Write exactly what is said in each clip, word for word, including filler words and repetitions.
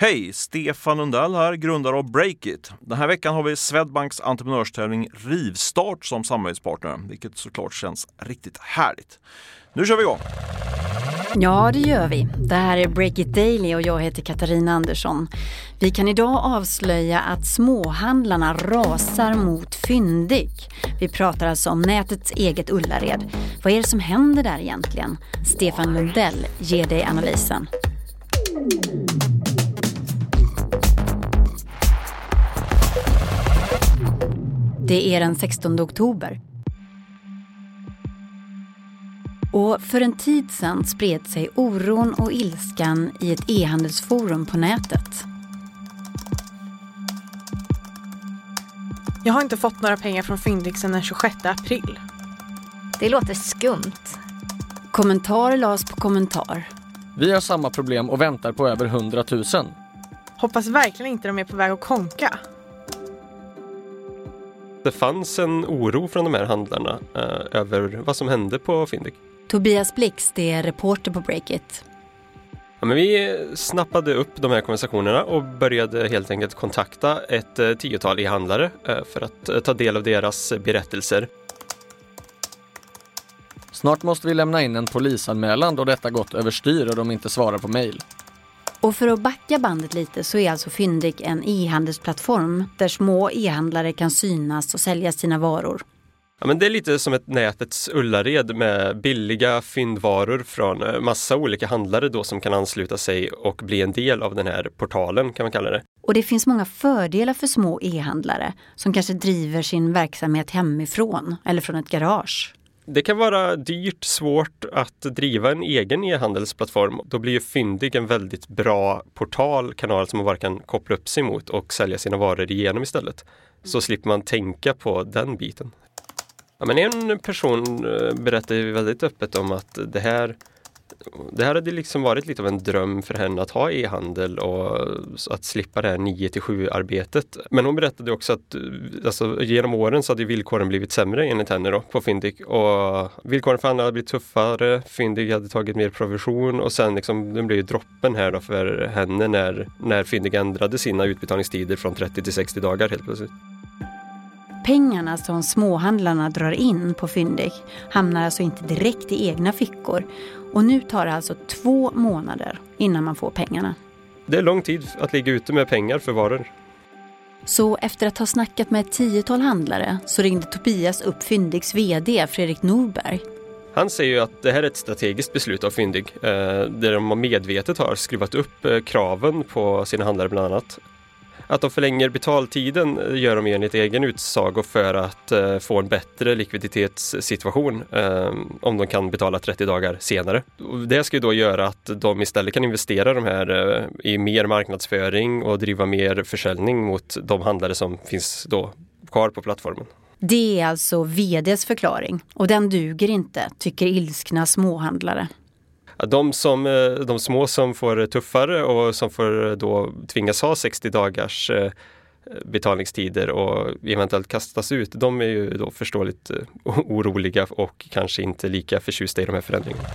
Hej, Stefan Lundell här, grundare av Breakit. Den här veckan har vi Swedbanks entreprenörstävling Rivstart som samarbetspartner, vilket såklart känns riktigt härligt. Nu kör vi igång! Ja, det gör vi. Det här är Breakit Daily och jag heter Katarina Andersson. Vi kan idag avslöja att småhandlarna rasar mot Fyndig. Vi pratar alltså om nätets eget Ullared. Vad är det som händer där egentligen? Stefan Lundell ger dig analysen. Det är den sextonde oktober. Och för en tid sedan spred sig oron och ilskan i ett e-handelsforum på nätet. Jag har inte fått några pengar från Fyndig sedan den tjugosjätte april. Det låter skumt. Kommentar lades på kommentar. Vi har samma problem och väntar på över hundratusen. Hoppas verkligen inte de är på väg att konka. Det fanns en oro från de här handlarna eh, över vad som hände på Fyndig. Tobias Blixt är reporter på Breakit. Ja, men vi snappade upp de här konversationerna och började helt enkelt kontakta ett eh, tiotal e-handlare eh, för att eh, ta del av deras berättelser. Snart måste vi lämna in en polisanmälan då detta gått överstyr och de inte svarar på mejl. Och för att backa bandet lite så är alltså Fyndig en e-handelsplattform där små e-handlare kan synas och sälja sina varor. Ja, men det är lite som ett nätets Ullared med billiga fyndvaror från massa olika handlare då som kan ansluta sig och bli en del av den här portalen kan man kalla det. Och det finns många fördelar för små e-handlare som kanske driver sin verksamhet hemifrån eller från ett garage. Det kan vara dyrt, svårt att driva en egen e-handelsplattform. Då blir ju Fyndig en väldigt bra portal, kanal som man bara kan koppla upp sig mot och sälja sina varor igenom istället. Så slipper man tänka på den biten. Ja, men en person berättade ju väldigt öppet om att det här, det här hade liksom varit lite av en dröm för henne att ha e-handel och att slippa det här nio till sju-arbetet. Men hon berättade också att alltså, genom åren så hade villkoren blivit sämre enligt henne då, på Fyndig. Och villkoren för andra hade blivit tuffare, Fyndig hade tagit mer provision och sen liksom, den blev ju droppen här då för henne när, när Fyndig ändrade sina utbetalningstider från trettio till sextio dagar helt plötsligt. Pengarna som småhandlarna drar in på Fyndig hamnar alltså inte direkt i egna fickor. Och nu tar det alltså två månader innan man får pengarna. Det är lång tid att ligga ute med pengar för varor. Så efter att ha snackat med ett tiotal handlare så ringde Tobias upp Fyndigs vd Fredrik Norberg. Han säger ju att det här är ett strategiskt beslut av Fyndig eh, där de medvetet har skruvat upp eh, kraven på sina handlare bland annat. Att de förlänger betaltiden gör de enligt egen utsago för att eh, få en bättre likviditetssituation eh, om de kan betala trettio dagar senare. Och det ska ju då göra att de istället kan investera de här eh, i mer marknadsföring och driva mer försäljning mot de handlare som finns då kvar på plattformen. Det är alltså vd:s förklaring och den duger inte, tycker ilskna småhandlare. De, som, de små som får tuffare och som får då tvingas ha sextio dagars betalningstider och eventuellt kastas ut, de är ju då förståeligt oroliga och kanske inte lika förtjusta i de här förändringarna.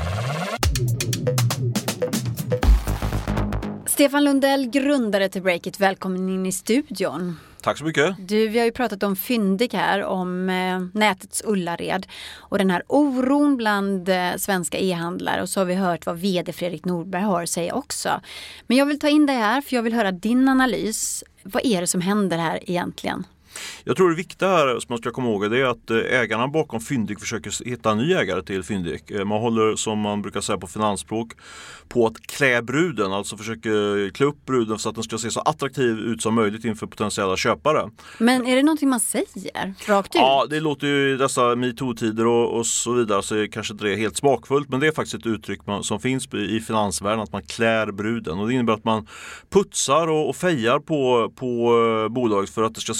Stefan Lundell, grundare till Breakit, välkommen in i studion. Tack så mycket. Du, vi har ju pratat om Fyndig här, om eh, nätets Ullared och den här oron bland eh, svenska e-handlare, och så har vi hört vad vd Fredrik Norberg har att säga också. Men jag vill ta in dig här för jag vill höra din analys. Vad är det som händer här egentligen? Jag tror det viktiga här som man ska komma ihåg är att ägarna bakom Fyndig försöker hitta en ny ägare till Fyndig. Man håller, som man brukar säga på finansspråk, på att klä bruden, alltså försöker klä upp bruden så att den ska se så attraktiv ut som möjligt inför potentiella köpare. Men är det någonting man säger rakt ut? Ja, det låter ju i dessa MeToo-tider och, och så vidare, så är kanske inte det helt smakfullt, men det är faktiskt ett uttryck man, som finns i finansvärlden, att man klär bruden. Och det innebär att man putsar och, och fejar på, på bolaget för att det ska se så attraktivt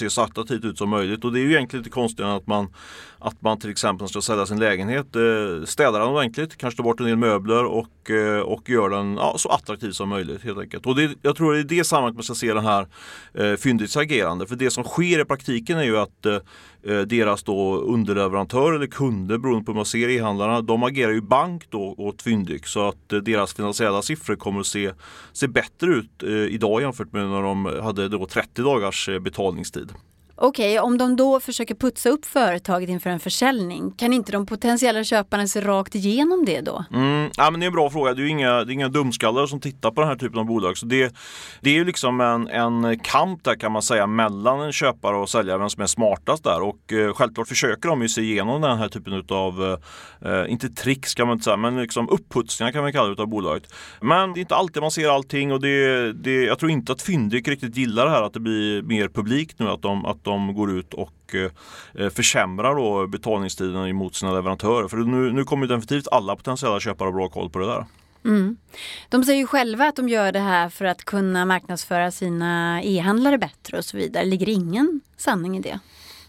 attraktivt ut som möjligt. Och det är ju egentligen lite konstigt att man, att man till exempel ska sälja sin lägenhet, eh, städar den ordentligt, kanske tar bort en del möbler och, eh, och gör den ja, så attraktiv som möjligt helt enkelt. Och det, jag tror det är det sammanhanget man ska se den här eh, Fyndiqs agerande. För det som sker i praktiken är ju att eh, deras då underleverantör eller kunder, beroende på hur man ser e-handlarna, de agerar ju bank då åt Fyndiq, så att eh, deras finansiella siffror kommer att se, se bättre ut eh, idag jämfört med när de hade då trettio dagars eh, betalningstid. Okej, om de då försöker putsa upp företaget inför en försäljning, kan inte de potentiella köparna se rakt igenom det då? Mm, ja, men det är en bra fråga. Det är ju inga, det är inga dumskallar som tittar på den här typen av bolag. Så det, det är ju liksom en, en kamp där kan man säga mellan en köpare och säljare, vem som är smartast där. Och eh, självklart försöker de ju se igenom den här typen av, eh, inte tricks kan man inte säga, men liksom uppputsningar kan man kalla det av bolaget. Men det är inte alltid man ser allting och det, det, jag tror inte att Fyndiq riktigt gillar det här att det blir mer publikt nu, att de, att de går ut och eh, försämrar då betalningstiden emot sina leverantörer. För nu, nu kommer definitivt alla potentiella köpare ha bra koll på det där. Mm. De säger ju själva att de gör det här för att kunna marknadsföra sina e-handlare bättre och så vidare. Ligger det ingen sanning i det?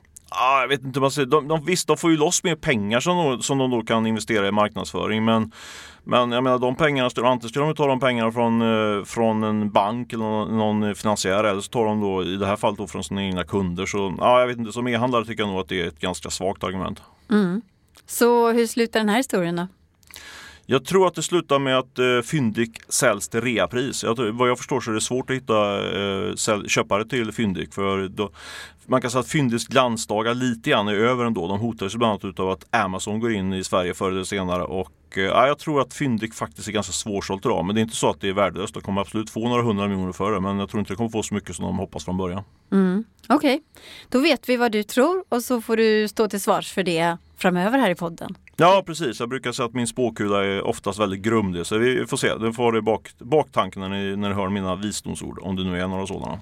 Ah, jag vet inte, man säger. De, de, visst, de får ju loss mer pengar som de, som de då kan investera i marknadsföring, men Men jag menar, de pengarna, antingen ska de ta de pengarna från, från en bank eller någon, någon finansiär, eller så tar de då i det här fallet då från sina egna kunder. Så ja, jag vet inte, som e-handlare tycker jag nog att det är ett ganska svagt argument. Mm. Så hur slutar den här historien då? Jag tror att det slutar med att eh, Fyndiq säljs till reapris. Jag tror, vad jag förstår så är det svårt att hitta eh, säl- köpare till Fyndiq. För då, man kan säga att Fyndiqs glansdagar lite grann är över ändå. De hotar sig bland annat utav att Amazon går in i Sverige förr eller senare. Och eh, ja, jag tror att Fyndiq faktiskt är ganska svårsålt idag. Men det är inte så att det är värdelöst. De kommer absolut få några hundra miljoner för det. Men jag tror inte det kommer få så mycket som de hoppas från början. Mm. Okej, okay. Då vet vi vad du tror och så får du stå till svars för det framöver här i podden. Ja, precis. Jag brukar säga att min spåkula är oftast väldigt grumlig. Så vi får se. Du får det bak, baktanken när ni, när ni hör mina visdomsord, om det nu är några sådana.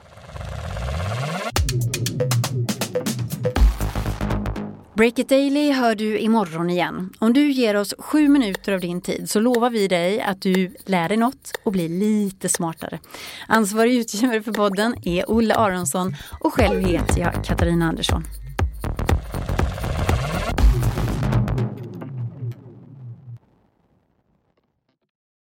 Break It Daily hör du imorgon igen. Om du ger oss sju minuter av din tid så lovar vi dig att du lär dig något och blir lite smartare. Ansvarig utgivare för podden är Olle Aronsson och själv heter jag Katarina Andersson.